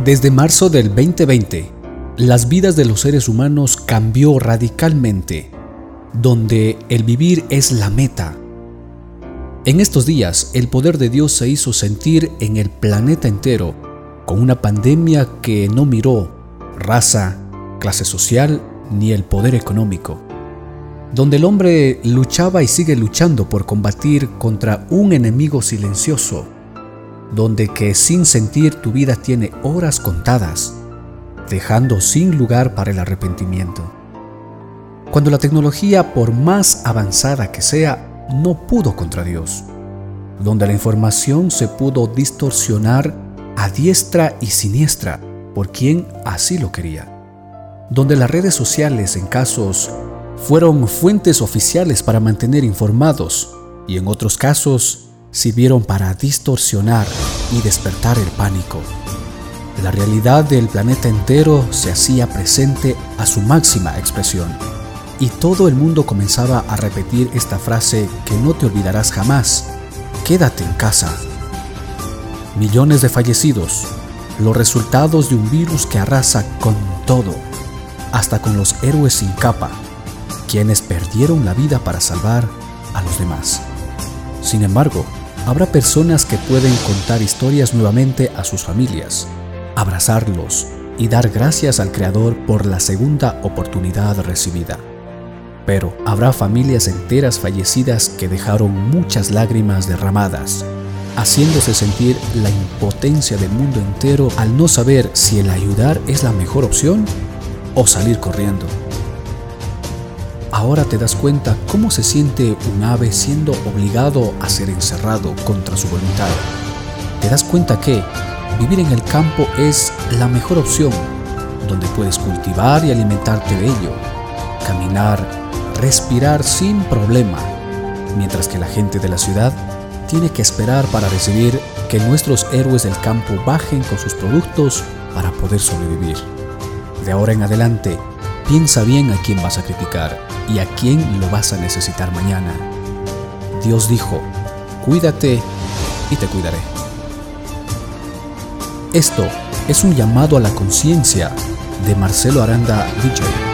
Desde marzo del 2020, las vidas de los seres humanos cambió radicalmente, donde el vivir es la meta. En estos días, el poder de Dios se hizo sentir en el planeta entero, con una pandemia que no miró raza, clase social ni el poder económico, donde el hombre luchaba y sigue luchando por combatir contra un enemigo silencioso, donde que sin sentir tu vida tiene horas contadas, dejando sin lugar para el arrepentimiento. Cuando la tecnología, por más avanzada que sea, no pudo contra Dios, donde la información se pudo distorsionar a diestra y siniestra por quien así lo quería, donde las redes sociales en casos fueron fuentes oficiales para mantener informados y en otros casos sirvieron para distorsionar y despertar el pánico. La realidad del planeta entero se hacía presente a su máxima expresión y todo el mundo comenzaba a repetir esta frase que no te olvidarás jamás: quédate en casa. Millones de fallecidos, los resultados de un virus que arrasa con todo, hasta con los héroes sin capa, quienes perdieron la vida para salvar a los demás. Sin embargo, habrá personas que pueden contar historias nuevamente a sus familias, abrazarlos y dar gracias al Creador por la segunda oportunidad recibida. Pero habrá familias enteras fallecidas que dejaron muchas lágrimas derramadas, haciéndose sentir la impotencia del mundo entero al no saber si el ayudar es la mejor opción o salir corriendo. Ahora te das cuenta cómo se siente un ave siendo obligado a ser encerrado contra su voluntad. Te das cuenta que vivir en el campo es la mejor opción, donde puedes cultivar y alimentarte de ello, caminar, respirar sin problema, mientras que la gente de la ciudad tiene que esperar para recibir que nuestros héroes del campo bajen con sus productos para poder sobrevivir. De ahora en adelante, piensa bien a quién vas a criticar y a quién lo vas a necesitar mañana. Dios dijo: cuídate y te cuidaré. Esto es un llamado a la conciencia de Marcelo Aranda DJ.